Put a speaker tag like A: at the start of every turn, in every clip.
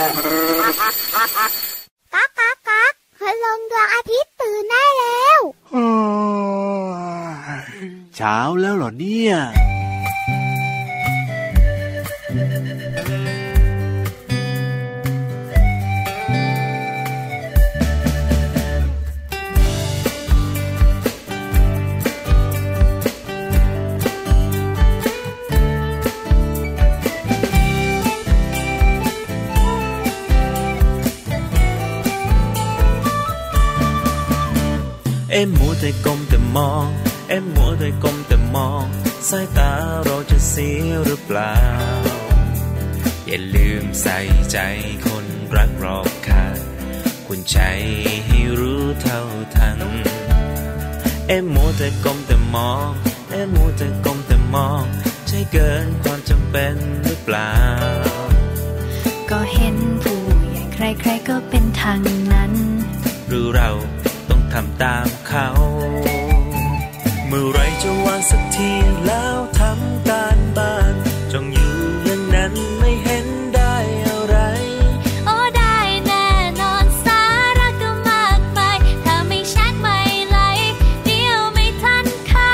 A: ก๊ากก๊ากก๊ากพลังดวงอาทิตย์ตื่นได้แล้ว
B: เช้าแล้วเหรอเนี่ย
C: มัวแต่ก้มแต่มองมัวแต่ก้มแต่มองสายตาเราจะเสียหรือเปล่าอย่าลืมใส่ใจคนรักรอบข้างคุณใจให้รู้เท่าทันมัวแต่ก้มแต่มองมัวแต่ก้มแต่มองใช่เกินความจำเป็นหรือเปล่า
D: ก็เห็นผู้ใหญ่ใครๆก็เป็นทางนั้น
C: หรือเราทำตามเขาเมื่อไรจะวางสักทีแล้วทำการบ้านจ้องอยู่อย่างนั้นไม่เห็นได้อะไร
D: โอ้ได้แน่นอนสาระก็มากมายถ้าไม่แชทไม่ไลค์เดี๋ยวไม่ทันเขา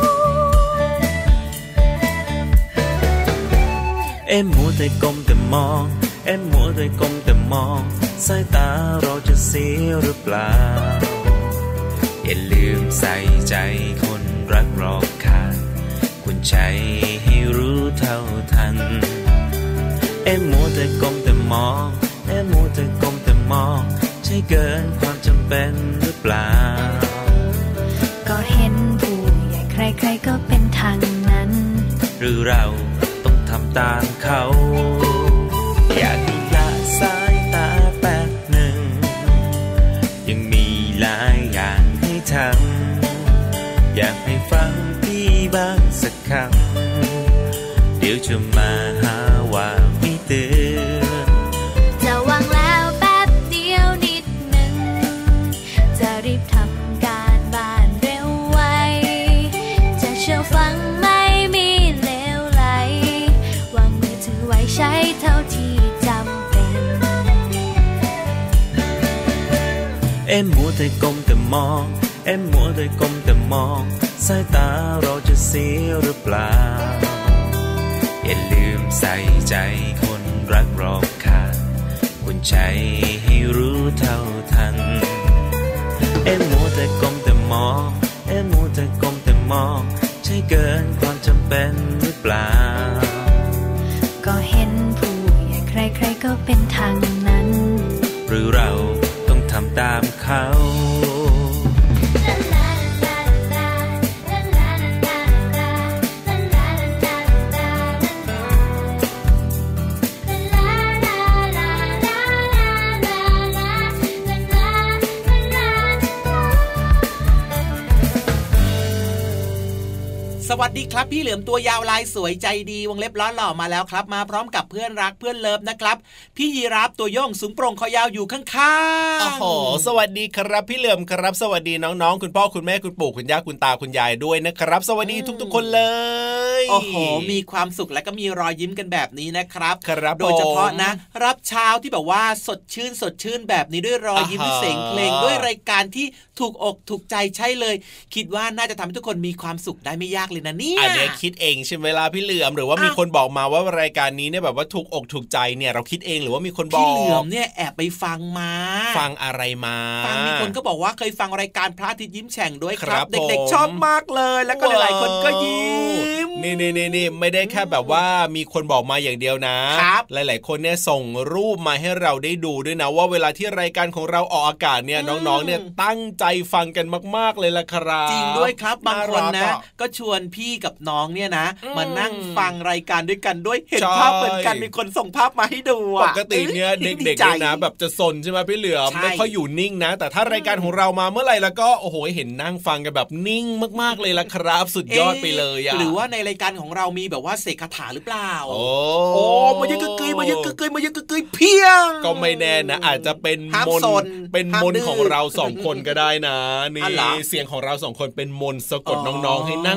C: มัวแต่ก้มแต่มองมัวแต่ก้มแต่มองสายตาเราจะเสียหรือเปล่าอย่าลืมใส่ใจคนรักรอบข้างคุณใจให้รู้เท่าทันมัวแต่ก้มแต่มองมัวแต่ก้มแต่มองใช่เกินความจำเป็นหรือเปล่า
D: ก็เห็นผู้ใหญ่ใครๆก็เป็นทางนั้น
C: หรือเราต้องทำตามเขาอย่าดูละสายตาแป๊บหนึ่งยังมีหลายอย่างอยากให้ฟังพี่บ้างสักคำเดี๋ยวจะมาหาว่าไม่เตือน
D: จะวางแล้วแป๊บเดียวนิดหนึ่งจะรีบทำการบ้านเร็วไวจะเชื่อฟังไม่มีเลวไหลวางมือถือไว้ใช้เท่าที่จำเป็น
C: มัวแต่ก้มแต่มองมัวแต่ก้มแต่มองสายตาเราจะเสียหรือเปล่าอย่าลืมใส่ใจคนรักรอบข้างคุณใจให้รู้เท่าทันมัวแต่ก้มแต่มองมัวแต่ก้มแต่มองใช่เกินความจำเป็นหรือเปล่า
D: ก็เห็นผู้ใหญ่ใครๆก็เป็นทางนั้น
C: หรือเราต้องทำตามเขา
E: สวัสดีครับพี่เหลือมตัวยาวลายสวยใจดีวงเล็บล้อหล่อมาแล้วครับมาพร้อมกับเพื่อนรักเพื่อนเลิฟนะครับพี่ยีราฟตัวโยงสูงโปร่งคอยาวอยู่ข้างๆ
F: โอ้โหสวัสดีครับพี่เหลือมครับสวัสดีน้องๆคุณพ่อคุณแม่คุณปู่คุณย่าคุณตาคุณยายด้วยนะครับสวัสดีทุกๆคนเลย
E: โอ้โหมีความสุขและก็มีรอยยิ้มกันแบบนี้นะครับ
F: ครับ
E: โดยเฉพาะนะรับเช้าที่แบบว่าสดชื่นแบบนี้ด้วยรอยยิ้มด้วยเสียงเพลงด้วยรายการที่ถูกอกถูกใจใช่เลยคิดว่าน่าจะทำให้ทุกคนมีความสุขได้ไม่ยากเลยนะเนี่ย
F: อันนี้คิดเองใช่ไหมล่ะพี่เหลือมหรือว่ามีคนบอกมาว่ารายการนี้เนี่ยแบบว่าถูกอกถูกใจเนี่ยเราคิดเองหรือว่ามีคนบอก
E: พี่เหลือมเนี่ยแอบไปฟังมา
F: ฟังอะไรมา
E: ฟังมีคนก็บอกว่าเคยฟังรายการพระอาทิตย์ยิ้มแฉ่งด้วยครับเด็กๆชอบมากเลยแล้วก็หลายๆคนก็ยิ้ม
F: นี่ไม่ได้แค่แบบว่ามีคนบอกมาอย่างเดียวนะหลายๆคนเนี่ยส่งรูปมาให้เราได้ดูด้วยนะว่าเวลาที่รายการของเราออกอากาศเนี่ยน้องๆเนี่ยตั้งใจฟังกันมากๆเลยล่ะครับ
E: จริงด้วยครับบางคนนะก็ชวนพี่กับน้องเนี่ยนะมานั่งฟังรายการด้วยกันด้วยเห็นภาพเหมือนกันมีคนส่งภาพมาให้ดู
F: ปกติเนี่ยเด็กๆนะแบบจะซนใช่ไหมพี่เหลือมไม่ค่อยอยู่นิ่งนะแต่ถ้ารายการของเรามาเมื่อไหร่แล้วก็โอ้โหเห็นนั่งฟังกันแบบนิ่งมากๆเลยล่ะครับสุดยอดไปเลย
E: หรือว่าในรายการของเรามีแบบว่าเสกคาถาหรือเปล่า
F: โอ้
E: มายึกกึยมายึกกึยมายึกกึยเพียง
F: ก็ไม่แน่นะอาจจะเป็นมนต์ของเรา2คนก็ได้นะนี่เสียงของเรา2คนเป็นมนต์สะกดน้องๆให้นั่งฟังราย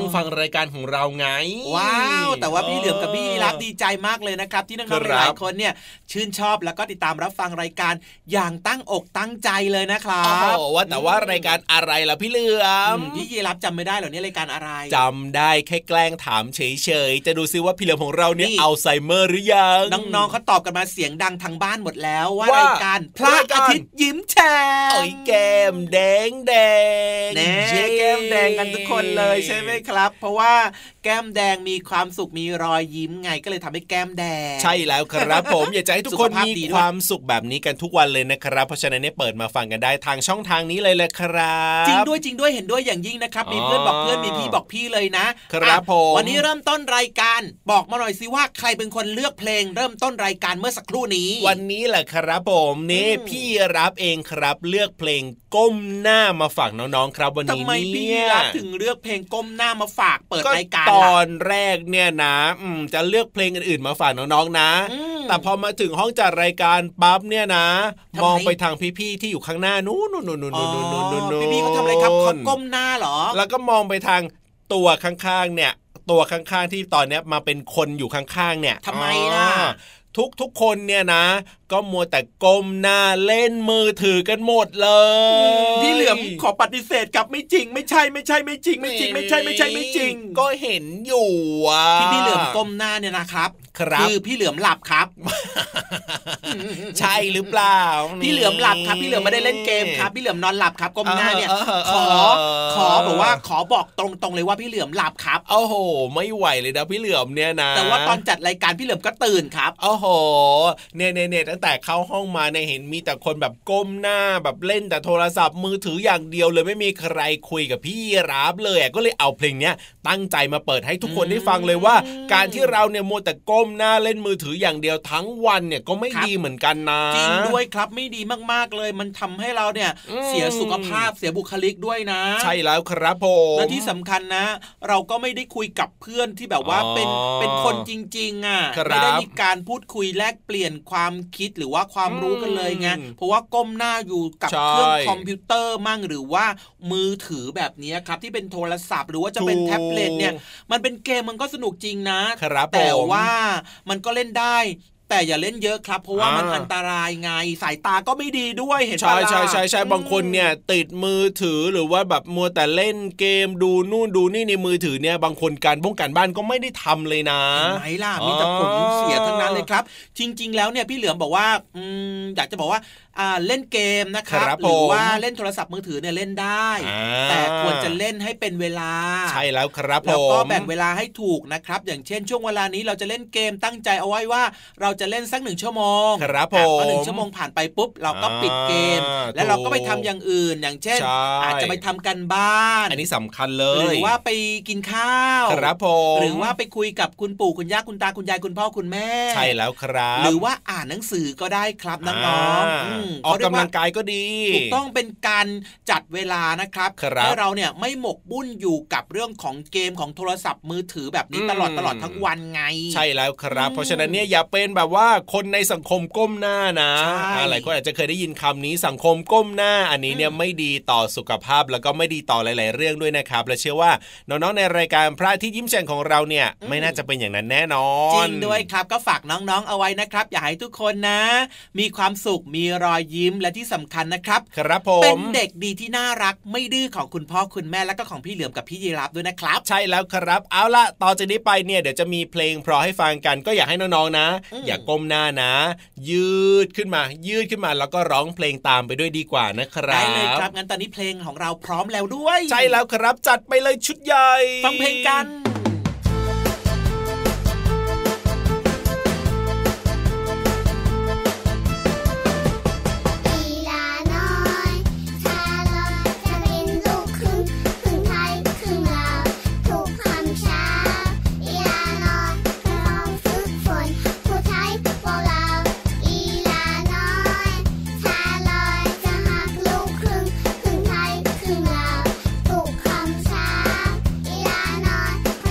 F: การของเราไง
E: ว้าวแต่ว่าพี่เหลือมกับพี่ยีรับดีใจมากเลยนะครับที่น้องๆหลายคนเนี่ยชื่นชอบแล้วก็ติดตามรับฟังรายการอย่างตั้งอกตั้งใจเลยนะครับ
F: ว่าแต่ว่ารายการอะไรล่ะพี่เหลือม
E: พี่ยีรับจำไม่ได้หรอเนี่ยรายการอะไร
F: จำได้แค่แกล้งถามเฉยๆจะดูซิว่าพี่เหลือมของเราเนี่ยอัลไซเมอร์หรือยัง
E: น้องๆเขาตอบกันมาเสียงดังทางบ้านหมดแล้วว่ารายการพระอาทิตย์ยิ้มแฉ่ง
F: โอ้ยแก้มแดงแดง
E: แก้มแดงกันทุกคนเลยใช่ไหมครับเพราะว่าแก้มแดงมีความสุขมีรอยยิ้มไงก็เลยทำให้แก้มแดง
F: ใช่แล้วครับผม อยากจะให้ทุกคนมีความสุขแบบนี้กันทุกวันเลยนะครับเพราะฉะนั้นเนี่ยเปิดมาฟังกันได้ทางช่องทางนี้เลยแหละครับ
E: จริงด้วยเห็นด้วยอย่างยิ่งนะครับมีเพื่อนบอกเพื่อนมีพี่บอกพี่เลยนะครับ
F: ผม
E: วันนี้เริ่มต้นรายการบอกมาหน่อยสิว่าใครเป็นคนเลือกเพลงเริ่มต้นรายการเมื่อสักครู่นี้
F: วันนี้แหละครับผมนี่พี่รับเองครับเลือกเพลงก้มหน้ามาฝากน้องๆครับวันนี้
E: ทำไมพี่รับถึงเลือกเพลงก้มหน้ามาฝากเปิดรายการ
F: ตอนแรกเนี่ยนะจะเลือกเพลงอื่นๆมาฝากน้องๆนะแต่พอมาถึงห้องจัดรายการปั๊บเนี่ยนะมองไปทางพี่ๆที่อยู่ข้างหน้านู้น
E: พี่ๆเขาทำอะไรครับเขาก้มหน้าเหรอ
F: แล้วก็มองไปทางตัวข้างๆเนี่ยตัวข้างๆที่ตอนนี้มาเป็นคนอยู่ข้างๆเนี่ย
E: ทำไมล่ะ
F: ทุกคนเนี่ยนะก็มัวแต่ก้มหน้าเล่นมือถือกันหมดเลย
E: พี่เหลือมขอปฏิเสธกับไม่จริงไม่ใช่ไม่จริง
F: ก็เห็นอยู่
E: ที่พี่เหลือมก้มหน้าเนี่ยนะครับคือพี่เหลือมหลับครับ
F: ใช่หรือเปล่า
E: พี่เหลือมหลับครับพี่เหลือมไม่ได้เล่นเกมครับพี่เหลือมนอนหลับครับก้มหน้าเนี่ยขอบอกว่าขอบอกตรงๆเลยว่าพี่เหลือมหลับครับ
F: โอ้โหไม่ไหวเลยนะพี่เหลือมเนี่ยนะ
E: แต่ว่าตอนจัดรายการพี่เหลือมก็ตื่นครับ
F: โอ้โหเนี่ยตั้งแต่เข้าห้องมาเนี่ยเห็นมีแต่คนแบบก้มหน้าแบบเล่นแต่โทรศัพท์มือถืออย่างเดียวเลยไม่มีใครคุยกับพี่รับเลยก็เลยเอาเพลงเนี้ยตั้งใจมาเปิดให้ทุกคนได้ฟังเลยว่าการที่เราเนี่ยมัวแต่ก้มหน้าเล่นมือถืออย่างเดียวทั้งวันเนี่ยก็ไม่ดีเหมือนกันนะ
E: จริงด้วยครับไม่ดีมากๆเลยมันทำให้เราเนี่ยเสียสุขภาพเสียบุคลิกด้วยนะ
F: ใช่แล้วครับผม
E: และที่สำคัญนะเราก็ไม่ได้คุยกับเพื่อนที่แบบว่าเป็นคนจริงๆอ่ะไม่ได้มีการพูดคุยแลกเปลี่ยนความคิดหรือว่าความรู้กันเลยไงเพราะว่าก้มหน้าอยู่กับเครื่องคอมพิวเตอร์มั่งหรือว่ามือถือแบบนี้ครับที่เป็นโทรศัพท์หรือว่าจะเป็นแท็บเล็ตเนี่ยมันเป็นเกมมันก็สนุกจริงนะแต่ว่ามันก็เล่นได้แต่อย่าเล่นเยอะครับเพราะว่ามันอันตรายไงสายตาก็ไม่ดีด้วยเห็นป่ะ
F: ใช่บางคนเนี่ยติดมือถือหรือว่าแบบมัวแต่เล่นเกมดูนู่นดูนี่ในมือถือเนี่ยบางคนการบ้านก็ไม่ได้ทำเลยนะ
E: เห็นไหมล่ะมีแต่ผลเสียทั้งนั้นเลยครับจริงๆแล้วเนี่ยพี่เหลือมบอกว่าอยากจะบอกว่าเล่นเกมนะครับหรือว่าเล่นโทรศัพท์มือถือเนี่ยเล่นได้แต่ควรจะเล่นให้เป็นเวลา
F: ใช่แล้วครับ
E: แล้วก็แบ่งเวลาให้ถูกนะครับอย่างเช่นช่วงเวลานี้เราจะเล่นเกมตั้งใจเอาไว้ว่าเราจะเล่นสัก1 ชั่วโมง
F: ครับผม
E: พอ1 ชั่วโมงผ่านไปปุ๊บเราก็ปิดเกมแล้วเราก็ไปทำอย่างอื่นอย่างเช่นอาจจะไปทำกันบ้าน
F: อันนี้สำคัญเลย
E: หรือว่าไปกินข้าว
F: ครับผม
E: หรือว่าไปคุยกับคุณปู่คุณย่าคุณตาคุณยายคุณพ่อคุณแม่
F: ใช่แล้วครับ
E: หรือว่าอ่านหนังสือก็ได้ครับน้อง
F: ๆออกกำลังกายก็ดี
E: ถูกต้องเป็นการจัดเวลานะครับให้เราเนี่ยไม่หมกบุ่นอยู่กับเรื่องของเกมของโทรศัพท์มือถือแบบนี้ตลอดทั้งวันไง
F: ใช่แล้วครับเพราะฉะนั้นเนี่ยอย่าเป็นแบบว่าคนในสังคมก้มหน้านะหลายคนอาจจะเคยได้ยินคำนี้สังคมก้มหน้าอันนี้เนี่ยไม่ดีต่อสุขภาพแล้วก็ไม่ดีต่อหลายๆเรื่องด้วยนะครับและเชื่อว่าน้องๆในรายการพระอาทิตย์ยิ้มแฉ่งของเราเนี่ยไม่น่าจะเป็นอย่างนั้นแน่นอน
E: จริงด้วยครับก็ฝากน้องๆเอาไว้นะครับอยากให้ทุกคนนะมีความสุขมีรอยยิ้มและที่สำคัญนะครับ
F: ครับผม
E: เป็นเด็กดีที่น่ารักไม่ดื้อของคุณพ่อคุณแม่และก็ของพี่เหลือมกับพี่ยีรับด้วยนะครับ
F: ใช่แล้วครับเอาล่ะต่อจากนี้ไปเนี่ยเดี๋ยวจะมีเพลงเพราะให้ฟังกันก็อยากให้น้องๆนะอย่าก้มหน้านะยืดขึ้นมาแล้วก็ร้องเพลงตามไปด้วยดีกว่านะครับ
E: ได้เลยครับงั้นตอนนี้เพลงของเราพร้อมแล้วด้วย
F: ใช่แล้วครับจัดไปเลยชุดใหญ่
E: ฟังเพลงกัน
A: พ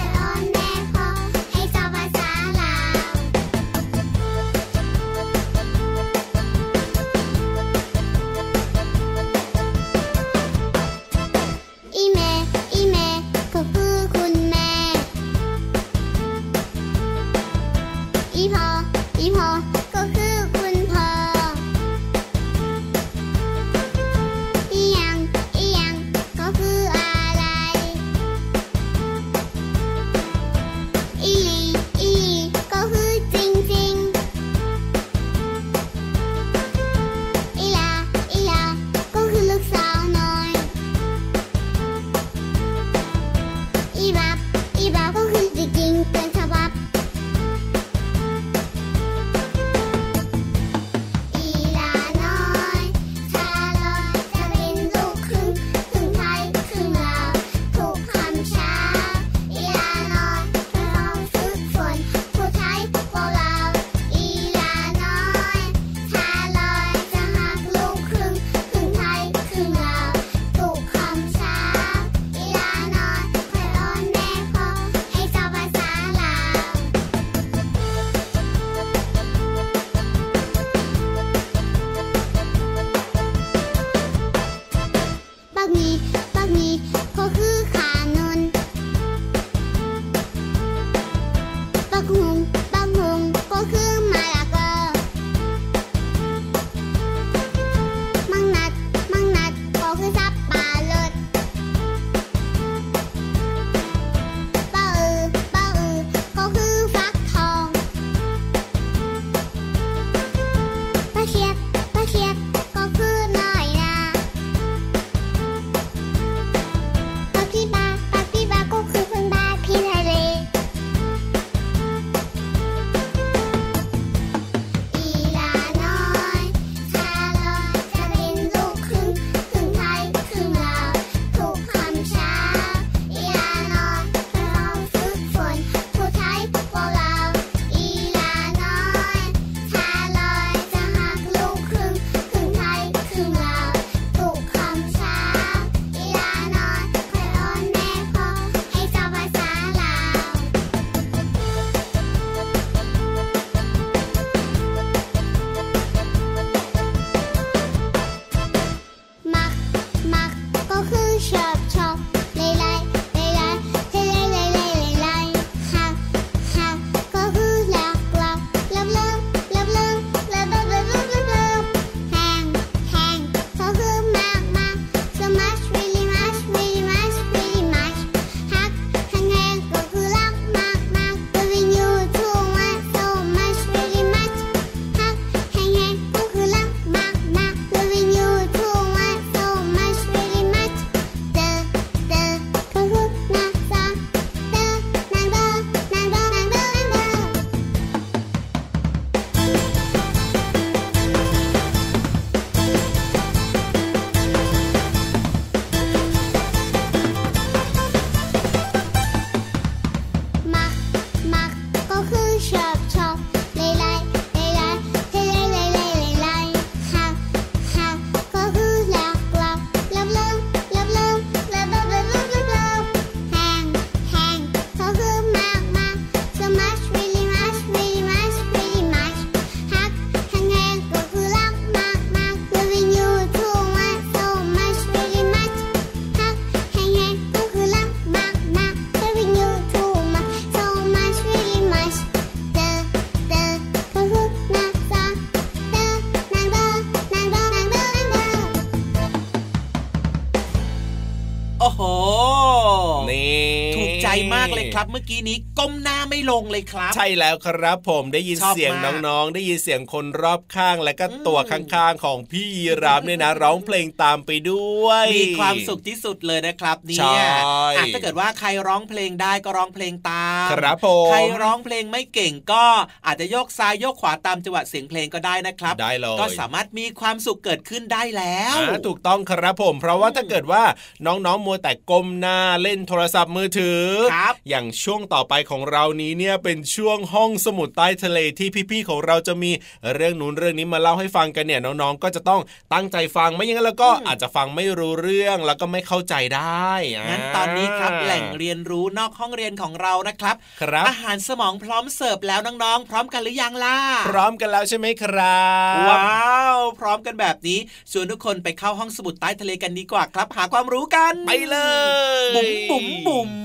E: ครับเมื่อกี้นี้ก้มหน้าไม่ลงเลยครับ
F: ใช่แล้วครับผมได้ยินเสียงน้องๆได้ยินเสียงคนรอบข้างและก็ตัวข้างๆของพี่ยีราฟเนี่ยนะร้องเพลงตามไปด้วย
E: มีความสุขที่สุดเลยนะครับเนี่ยถ้าเกิดว่าใครร้องเพลงได้ก็ร้องเพลงตาม
F: ครับผม
E: ใครร้องเพลงไม่เก่งก็อาจจะโยกซ้ายโยกขวาตามจังหวะเสียงเพลงก็ได้นะครับ
F: ได้เลย
E: ก็สามารถมีความสุขเกิดขึ้นได้แล้ว
F: ถูกต้องครับผมเพราะว่าถ้าเกิดว่าน้องๆมัวแต่ก้มหน้าเล่นโทรศัพท์มือถืออย่างช่วงต่อไปของเรานี้เนี่ยเป็นช่วงห้องสมุดใต้ทะเลที่พี่ๆของเราจะมีเรื่องนู้นเรื่องนี้มาเล่าให้ฟังกันเนี่ยน้องๆก็จะต้องตั้งใจฟังไม่อย่างนั้นแล้วก็อาจจะฟังไม่รู้เรื่องแล้วก็ไม่เข้าใจได้
E: งั้นตอนนี้ครับแหล่งเรียนรู้นอกห้องเรียนของเรานะครับอาหารสมองพร้อมเสิร์ฟแล้วน้องๆพร้อมกันหรือยังล่ะ
F: พร้อมกันแล้วใช่ไหมครับ
E: ว้าวพร้อมกันแบบนี้ชวนทุกคนไปเข้าห้องสมุดใต้ทะเลกันดีกว่าครับหาความรู้กัน
F: ไปเลย
E: บุ๋มบุ๋มบุ๋ม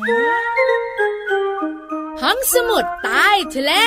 D: ห้องสมุดใต้ทะเล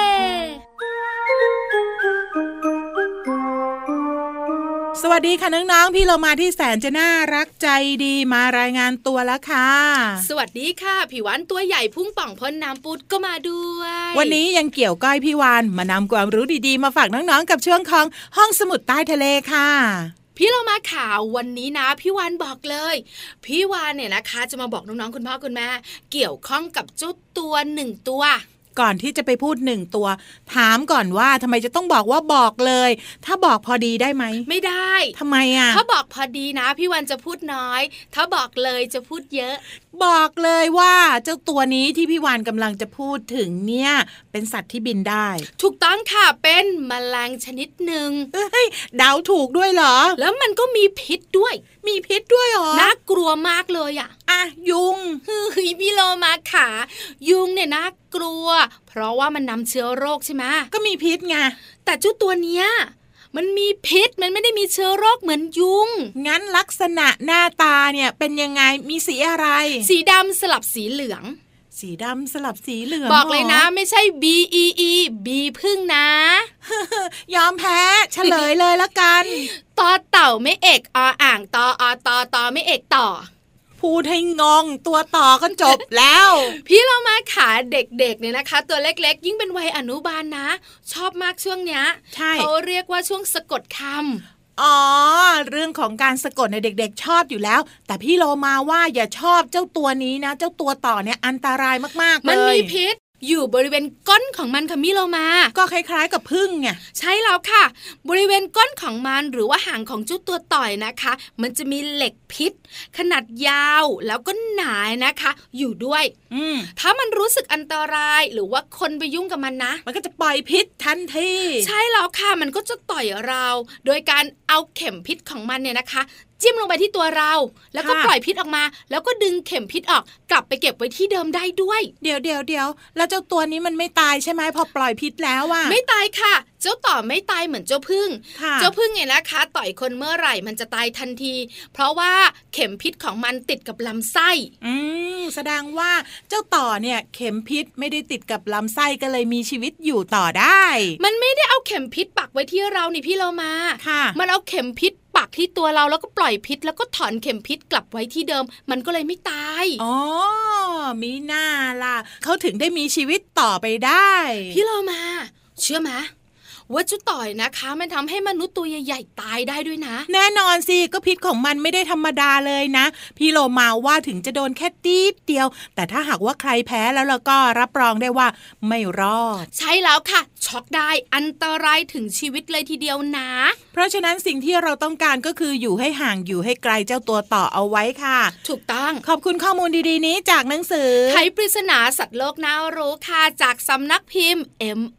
G: สวัสดีค่ะน้องๆพี่เรามาที่แสนจะน่ารักใจดีมารายงานตัวแล้วค่ะ
D: สวัสดีค่ะพี่วานตัวใหญ่พุ่งป่องพ้นน้ำปุดก็มาด้วย
G: วันนี้ยังเกี่ยวก้อยพี่วานมานำความรู้ดีๆมาฝากน้องๆกับช่วงของห้องสมุดใต้ทะเลค่ะ
D: พี่เรามาข่าววันนี้นะพี่วานบอกเลยพี่วานเนี่ยนะคะจะมาบอกน้องๆคุณพ่อคุณแม่เกี่ยวข้องกับเจ้าตัว1ตัว
G: ก่อนที่จะไปพูด1ตัวถามก่อนว่าทำไมจะต้องบอกว่าบอกเลยถ้าบอกพอดีได้ไหม
D: ไม่ได้
G: ทำไมอ่ะ
D: ถ้าบอกพอดีนะพี่วันจะพูดน้อยถ้าบอกเลยจะพูดเยอะ
G: บอกเลยว่าเจ้าตัวนี้ที่พี่วานกำลังจะพูดถึงเนี่ยเป็นสัตว์ที่บินได้
D: ถูกต้องค่ะเป็นแมลงชนิดหนึ่ง
G: เดาถูกด้วยเหรอ
D: แล้วมันก็มีพิษด้วย
G: มีพิษด้วยเหรอ
D: น่ากลัวมากเลย
G: อ่ะยุง
D: พี่โลมาค่ะยุงเนี่ยน่ากลัวเพราะว่ามันนำเชื้อโรคใช่ไหม
G: ก็มีพิษไง
D: แต่เจ้าตัวเนี้ยมันมีพิษมันไม่ได้มีเชื้อโรคเหมือนยุง
G: งั้นลักษณะหน้าตาเนี่ยเป็นยังไงมีสีอะไร
D: สีดำสลับสีเหลือง
G: สีดำสลับสีเหลือง
D: บอกเลยนะไม่ใช่ BEE บีพึ่งนะ
G: ยอมแพ้เฉลยเลยละกัน
D: ต่อเต่าไม่เอกออ่างต่อต่อไม่เอกต่อ
G: พูดให้งงตัวต่อก็จบแล้ว
D: พี่เรามาขาเด็กๆเนี่ยนะคะตัวเล็กๆยิ่งเป็นวัยอนุบาลนะชอบมากช่วงเนี้ยเขาเรียกว่าช่วงสะกดคำ
G: อ๋อเรื่องของการสะกดในเด็กๆชอบอยู่แล้วแต่พี่โลมาว่าอย่าชอบเจ้าตัวนี้นะเจ้าตัวต่อเนี่ยอันตรายมากๆเลย
D: มันมีพิษอยู่บริเวณก้นของมันค่ะมิโลมา
G: ก็คล้ายๆกับผึ้งไง
D: ใช่แล้วค่ะบริเวณก้นของมันหรือว่าหางของเจ้าตัวต่อยนะคะมันจะมีเหล็กพิษขนาดยาวแล้วก็หนานะคะอยู่ด้วยถ้ามันรู้สึกอันตรายหรือว่าคนไปยุ่งกับมันนะ
G: มันก็จะปล่อยพิษทันที
D: ใช่แล้วค่ะมันก็จะต่อยเราโดยการเอาเข็มพิษของมันเนี่ยนะคะจิ้มลงไปที่ตัวเราแล้วก็ปล่อยพิษออกมาแล้วก็ดึงเข็มพิษออกกลับไปเก็บไว้ที่เดิมได้ด้วย
G: เดี๋ยวแล้วเจ้าตัวนี้มันไม่ตายใช่ไหมพอปล่อยพิษแล้วอ่ะ
D: ไม่ตายค่ะเจ้าต่อไม่ตายเหมือนเจ้าผึ้งเจ้าผึ้งเนี่ยนะคะต่อยคนเมื่อไหร่มันจะตายทันทีเพราะว่าเข็มพิษของมันติดกับลำไส้
G: แสดงว่าเจ้าต่อเนี่ยเข็มพิษไม่ได้ติดกับลำไส้ก็เลยมีชีวิตอยู่ต่อได้
D: มันไม่ได้เอาเข็มพิษปักไว้ที่เรานี่พี่เรามามันเอาเข็มพิษปักที่ตัวเราแล้วก็ปล่อยพิษแล้วก็ถอนเข็มพิษกลับไว้ที่เดิมมันก็เลยไม่ตาย
G: อ๋อมีหน้าล่ะเขาถึงได้มีชีวิตต่อไปได้
D: พี่เรามาเชื่อไหมว่าเจ้าต่อยนะคะมันทำให้มนุษย์ตัวใหญ่ๆตายได้ด้วยนะ
G: แน่นอนสิก็พิษของมันไม่ได้ธรรมดาเลยนะพี่โลมาว่าถึงจะโดนแค่ตีดเดียวแต่ถ้าหากว่าใครแพ้แล้วก็รับรองได้ว่าไม่รอด
D: ใช่แล้วค่ะช็อกได้อันตรายถึงชีวิตเลยทีเดียวนะ
G: เพราะฉะนั้นสิ่งที่เราต้องการก็คืออยู่ให้ห่างอยู่ให้ไกลเจ้าตัวต่อเอาไว้ค่ะ
D: ถูกต้อง
G: ขอบคุณข้อมูลดีๆนี้จากหนังสือ
D: ไขปริศนาสัตว์โลกน่ารู้ค่ะจากสำนักพิมพ์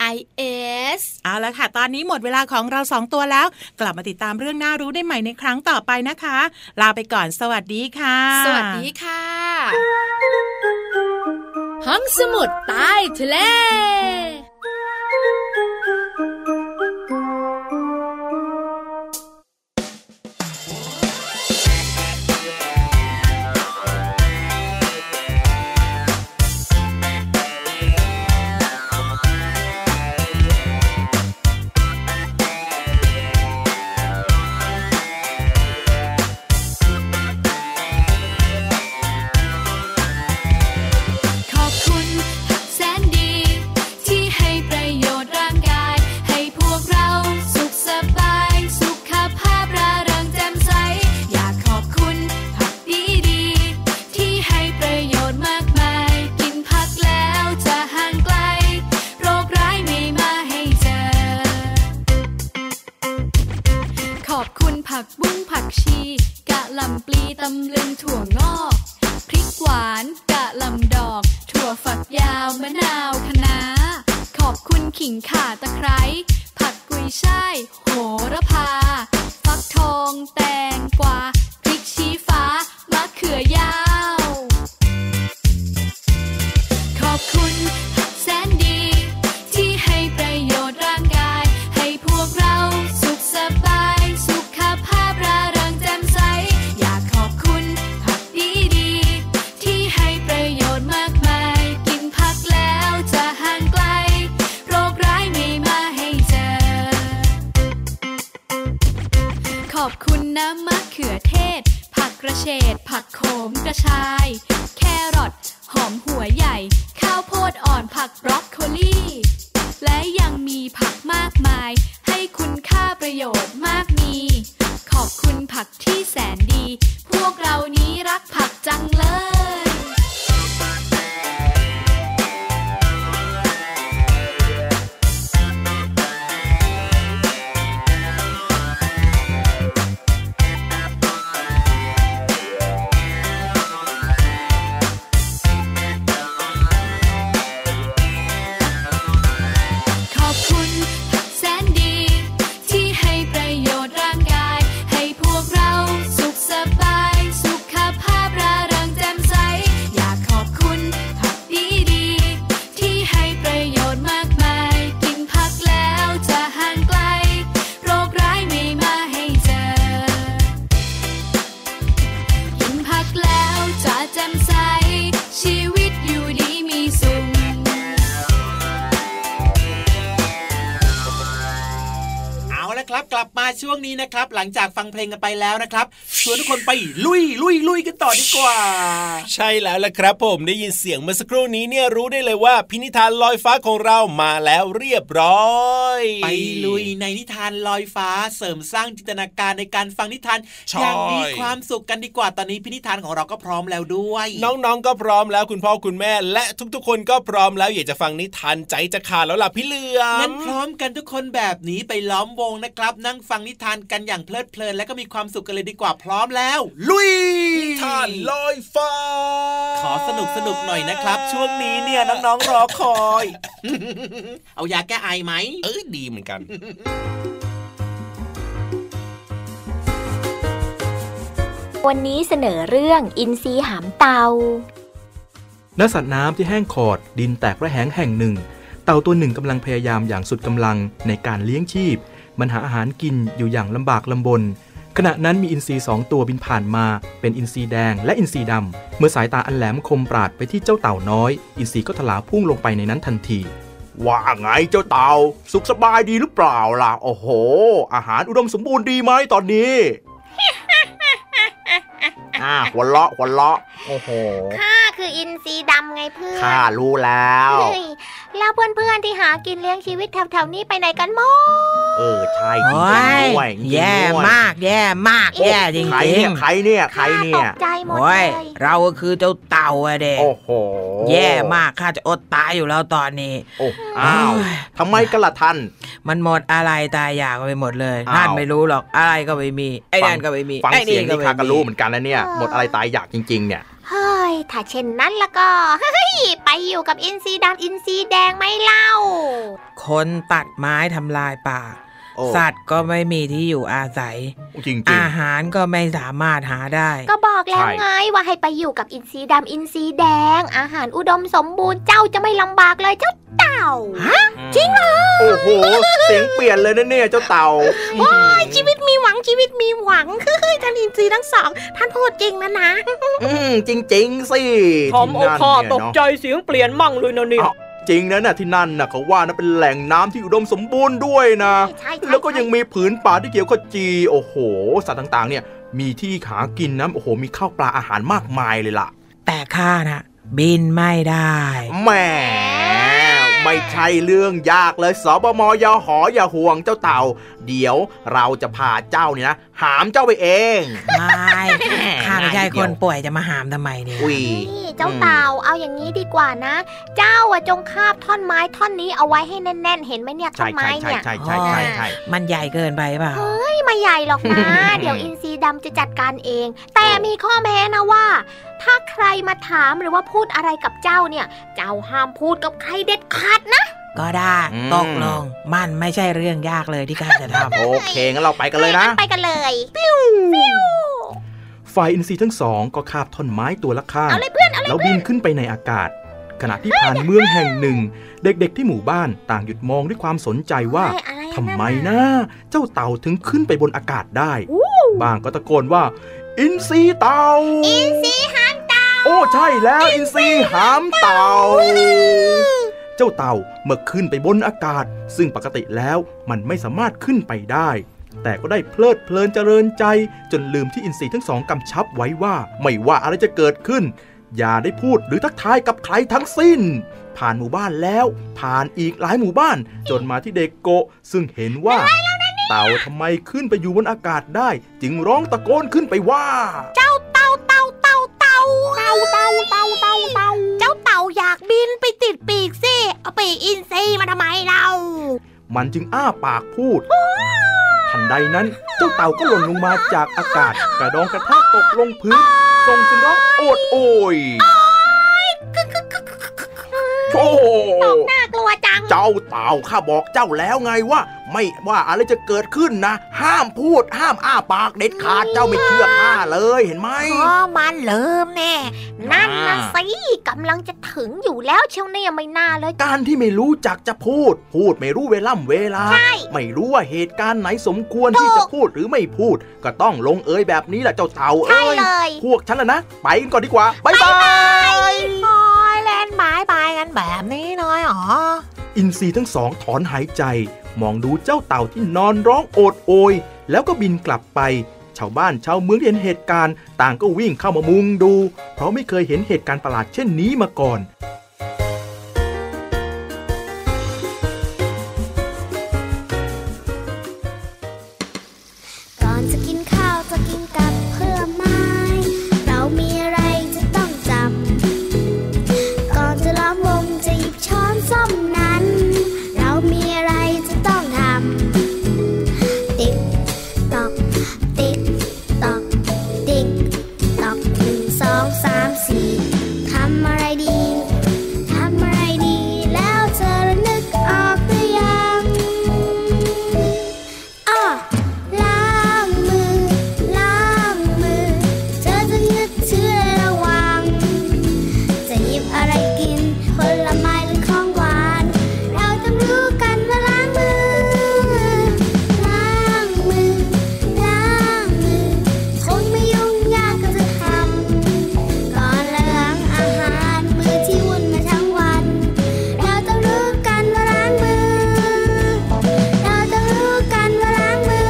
D: MIS
G: เอาละค่ะตอนนี้หมดเวลาของเรา2ตัวแล้วกลับมาติดตามเรื่องน่ารู้ได้ใหม่ในครั้งต่อไปนะคะลาไปก่อนสวัสดีค่ะ
D: สวัสดีค่ะห้องสมุดใต้ทะเล
H: ค
D: อบคุณผักบุ้งผักชีกะหล่ำปลีตำลึงถั่วงอกพริกหวานกะหล่ำดอกถั่วฝักยาวมะนาวคะน้าขอบคุณขิงข่าตะไคร้ผักกุยช่ายโหระพาฟักทองแตงกวาพริกชี้ฟ้ามะเขือยาวขอบคุณผักแสนดีที่ให้ประโยชน์ร่างกายให้พวกเราสุขสบายสุขภาพร่าเริงแจ่มใสอยากขอบคุณผักดีๆที่ให้ประโยชน์มากมายกินผักแล้วจะห่างไกลโรคร้ายไม่มาให้เจอขอบคุณน้ำมะเขือเทศผักกระเฉดผักโขมกระชายแครอทหอมหัวใหญ่ข้าวโพดอ่อนผักบรอกโคลีและยังมีผักมากมายให้คุณค่าประโยชน์มากมีขอบคุณผักที่แสนดีพวกเรานี้รักผักจังเลย
E: กลับมาช่วงนี้นะครับหลังจากฟังเพลงกันไปแล้วนะครับชวนทุกคนไปลุยกันต่อดีกว่า
F: ใช่แล้วล่ะครับผมได้ยินเสียงเมื่อสักครู่นี้เนี่ยรู้ได้เลยว่าพินิธานลอยฟ้าของเรามาแล้วเรียบร้อย
E: ไปลุยในนิทานลอยฟ้าเสริมสร้างจินตนาการในการฟังนิทานอย่างมีความสุขกันดีกว่าตอนนี้พินิธานของเราก็พร้อมแล้วด้วย
F: น้องๆก็พร้อมแล้วคุณพ่อคุณแม่และทุกๆคนก็พร้อมแล้วอยากจะฟังนิทานใจจะขาดแล้วล่ะพี่เหลือม
E: งั้นพร้อมกันทุกคนแบบนี้ไปล้อมวงนะครับนั่งฟังนิทานกันอย่างเพลิดเพลินและก็มีความสุขกันเลยดีกว่าพร้อมแล้วลุย
F: นิทานลอยฟ้า
E: ขอสนุกหน่อยนะครับช่วงนี้เนี่ยน้องๆรอคอย เอายาแก้ไอไหม
F: ดีเหมือนกัน
H: วันนี้เสนอเรื่องอินทรีหามเตา
I: ณสัตว์น้ำที่แห้งขอดดินแตกระแหงแห่งหนึ่งเต่าตัวหนึ่งกำลังพยายามอย่างสุดกำลังในการเลี้ยงชีพมันหาอาหารกินอยู่อย่างลำบากลำบนขณะนั้นมีอินทรี2ตัวบินผ่านมาเป็นอินทรีแดงและอินทรีดำเมื่อสายตาอันแหลมคมปราดไปที่เจ้าเต่าน้อยอินทรีก็ถลาพุ่งลงไปในนั้นทันที
J: ว่าไงเจ้าเต่าสุขสบายดีหรือเปล่าล่ะโอ้โหอาหารอุดมสมบูรณ์ดีไหมตอนนี้หัวเราะโอ้โห
A: ข้าคืออินทรีดำไงเพื่อน
J: ข้ารู้แล้ว
A: แล้วเพื่อนๆที่หากินเลี้ยงชีวิตแถวๆนี้ไปไหนกันหมด
J: ใช่จริงด้วย
G: แย่มากแย่จริง
J: ๆใครเนี่ย
A: ตกใจหมดเลย
G: เราก็คือเจ้าเต่าอะเด็ก
J: โอ้โห
G: แย่มากข้าจะอดตายอยู่แล้วตอนนี้
J: อ้าวทำไมกันล่ะท่าน
G: มันหมดอะไรตายอยากไปหมดเลยท่านไม่รู้หรอกอะไรก็ไม่มีไอ้นั่นก็ไม่มี
J: ฟังเสียงนี่ข้าก็รู้เหมือนกันนะเนี่ยหมดอะไรตายอยากจริงๆเนี่ย
A: เฮ้ยถ้าเช่นนั้นแล้วก็ไปอยู่กับอินทรีดำอินทรีแดงไม่เล่า
G: คนตัดไม้ทำลายป่าสัตว์ก็ไม่มีที่อยู่อาศัยอาหารก็ไม่สามารถหาได้
A: ก็บอกแล้วไงว่าให้ไปอยู่กับอินทรีดำอินทรีแดงอาหารอุดมสมบูรณ์เจ้าจะไม่ลำบากเลยเจ้าเต่าจริงเหรอ
J: โอ้โหเสียงเปลี่ยนเลยนะเนี่ยเจ้าเต่า
A: ว้ายชีวิตมีหวังท่านอินทรีทั้งสองท่านพูดจริงนะ
J: จริงๆสิ
K: ทอมโอคาตกใจเสียงเปลี่ยนมั่งเลยนะเนี่ย
J: จริงนะที่นั่นนะเขาว่านะเป็นแหล่งน้ำที่อุดมสมบูรณ์ด้วยนะแล้วก็ยังมีผืนป่าที่เขียวขจีโอ้โหสัตว์ต่างๆเนี่ยมีที่หากินนะโอ้โหมีข้าวปลาอาหารมากมายเลยล่ะ
G: แต่ข้านะบินไม่ได้
J: แหมไม่ใช่เรื่องยากเลยสบมอย่าหออย่าห่วงเจ้าเต่าเดี๋ยวเราจะพาเจ้าเนี่ยนะหามเจ้าไปเอง
G: ไม่ข้าไม่ใช่คนป่วยจะมาหามทำไมเนี่ย
A: เจ้าเต่าเอาอย่างนี้ดีกว่านะเจ้าจงคาบท่อนไม้ท่อนนี้เอาไว้ให้แน่นๆเห็นไหมเนี่ยท่อนไม้เนี่ย
J: ใช่
G: มันใหญ่เกินไปเปล่า
A: เฮ้ยไม่ใหญ่หรอกนะ เดี๋ยวอินทรีดำจะจัดการเองแต่มีข้อแม้นะว่าถ้าใครมาถามหรือว่าพูดอะไรกับเจ้าเนี่ยเจ้าห้ามพูดกับใครเด็ดขาดนะ
L: ก็ได้ตกลงมันไม่ใช่เรื่องยากเลยที่ข้าจะทำ
J: โอเคงั้นเราไปกันเลยนะ
A: ไปกันเลย
I: ฝ่ายอินทรีทั้งสองก็คาบท่อนไม้ตัวละข้างแล้วบินขึ้นไปในอากาศขณะที่ผ่านเมืองแห่งหนึ่งเด็กๆที่หมู่บ้านต่างหยุดมองด้วยความสนใจว่าทำไมนะเจ้าเต่าถึงขึ้นไปบนอากาศได้บางก็ตะโกนว่าอินทรีเต่า
A: อินทรีหามเต่า
I: โอ้ใช่แล้วอินทรีหามเต่าเจ้าเต่าเมื่อขึ้นไปบนอากาศซึ่งปกติแล้วมันไม่สามารถขึ้นไปได้แต่ก็ได้เพลิดเพลินเจริญใจจนลืมที่อินทรีทั้งสองกำชับไว้ว่าไม่ว่าอะไรจะเกิดขึ้นอย่าได้พูดหรือทักทายกับใครทั้งสิ้นผ่านหมู่บ้านแล้วผ่านอีกหลายหมู่บ้านจนมาที่เด็กโกะซึ่งเห็นว่าเต่าทำไมขึ้นไปอยู่บนอากาศได้จึงร้องตะโกนขึ้นไปว่า
A: เจ้าเต่าเต่าเต่าเต่าเต่าเต่าเต่าเต่าเต่าเจ้าเต่าอยากบินไปติดปีกสิเอาปีกอินทรีมาทำไมเรา
I: มันจึงอ้าปากพูดทันใดนั้นเจ้าเต่าก็หล่นลงมาจากอากาศกระดองกระทากตกลงพื้นส่งเสียงร้องโอดโอย
A: โอ้ตกน่ากลัวจัง
J: เจ้าเต่าข้าบอกเจ้าแล้วไงว่าไม่ว่าอะไรจะเกิดขึ้นนะห้ามพูดห้ามอ้าปากเด็ดขาดเจ้าไม่เชื่อข้าเลยเห็นไหม
A: มันเริ่มแน่นั่นนะสิกำลังจะถึงอยู่แล้วเชียวเนี่ยไม่น่าเลย
J: การที่ไม่รู้จักจะพูดไม่รู้เวลาไม่รู้ว่าเหตุการณ์ไหนสมควรที่จะพูดหรือไม่พูดก็ต้องลงเอยแบบนี้แหละเจ้าเต่าเอ้ยพวกฉันนะไปกันก่อนดีกว่าบ๊ายบาย
A: เล่นไม้บายกันแบบนี้น้อยหรอ
I: อินทรีทั้งสองถอนหายใจมองดูเจ้าเต่าที่นอนร้องโอดโอยแล้วก็บินกลับไปชาวบ้านชาวเมืองที่เห็นเหตุการณ์ต่างก็วิ่งเข้ามามุงดูเพราะไม่เคยเห็นเหตุการณ์ประหลาดเช่นนี้มาก่อน
D: ก่อนจะกินข้าวจะกินกับเพื่อไม้เรามีอะไรจะต้องจำก่อนจะล้อมวงจะหยิบช้อนส้อมนั้นเรามีอะไรจะต้องทำติ๊กตอกติ๊กตอกติ๊กตอก1 2 3 4ทำอะไรดีแล้วเธอนึกออกหรือยังล้างมือเธอจะนึกเชื่อระวังจะหยิบอะไรกินผลไม้หรือของหวานเราต้องรู้กันว่าล้างมือคงไม่ยุ่งยากก็จะทำก่อนล้างอาหารมือที่วุ่นมาทั้งวันเราต้องรู้กันว่าล้างมือเราจะพร้อมกันไปล้างมื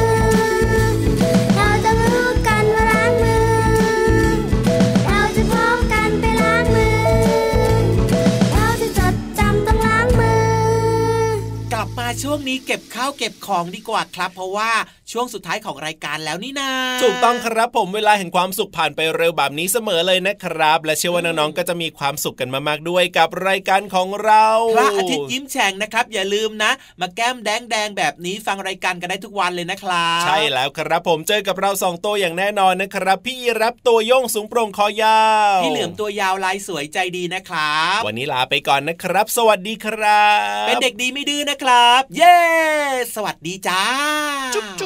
D: อเราจะจดจำต้องล้างมือก
E: ลับมาช่วงนี้เก็บข้าวเก็บของดีกว่าครับเพราะว่าช่วงสุดท้ายของรายการแล้วนี่นา
F: ถูกต้องครับผมเวลาแห่งความสุขผ่านไปเร็วแบบนี้เสมอเลยนะครับและเชื่อว่าน้องๆก็จะมีความสุขกันมากๆด้วยกับรายการของเรา
E: พระอาทิตย์ยิ้มแฉ่งนะครับอย่าลืมนะมาแก้มแดงแบบนี้ฟังรายการกันได้ทุกวันเลยนะครับ
F: ใช่แล้วครับผมเจอกับเรา2ตัวอย่างแน่นอนนะครับพี่รับตัวโยงสูงโปร่งคอยาว
E: พี่เหลือมตัวยาวลายสวยใจดีนะครับ
F: วันนี้ลาไปก่อนนะครับสวัสดีครับ
E: เป็นเด็กดีไม่ดื้อนะครับเย้สวัสดีจ้า
F: จุ๊บ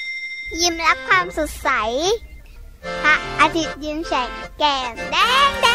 D: ยิ้มรับความสดใสพระอาทิตย์ยิ้มแฉกแก้มแดง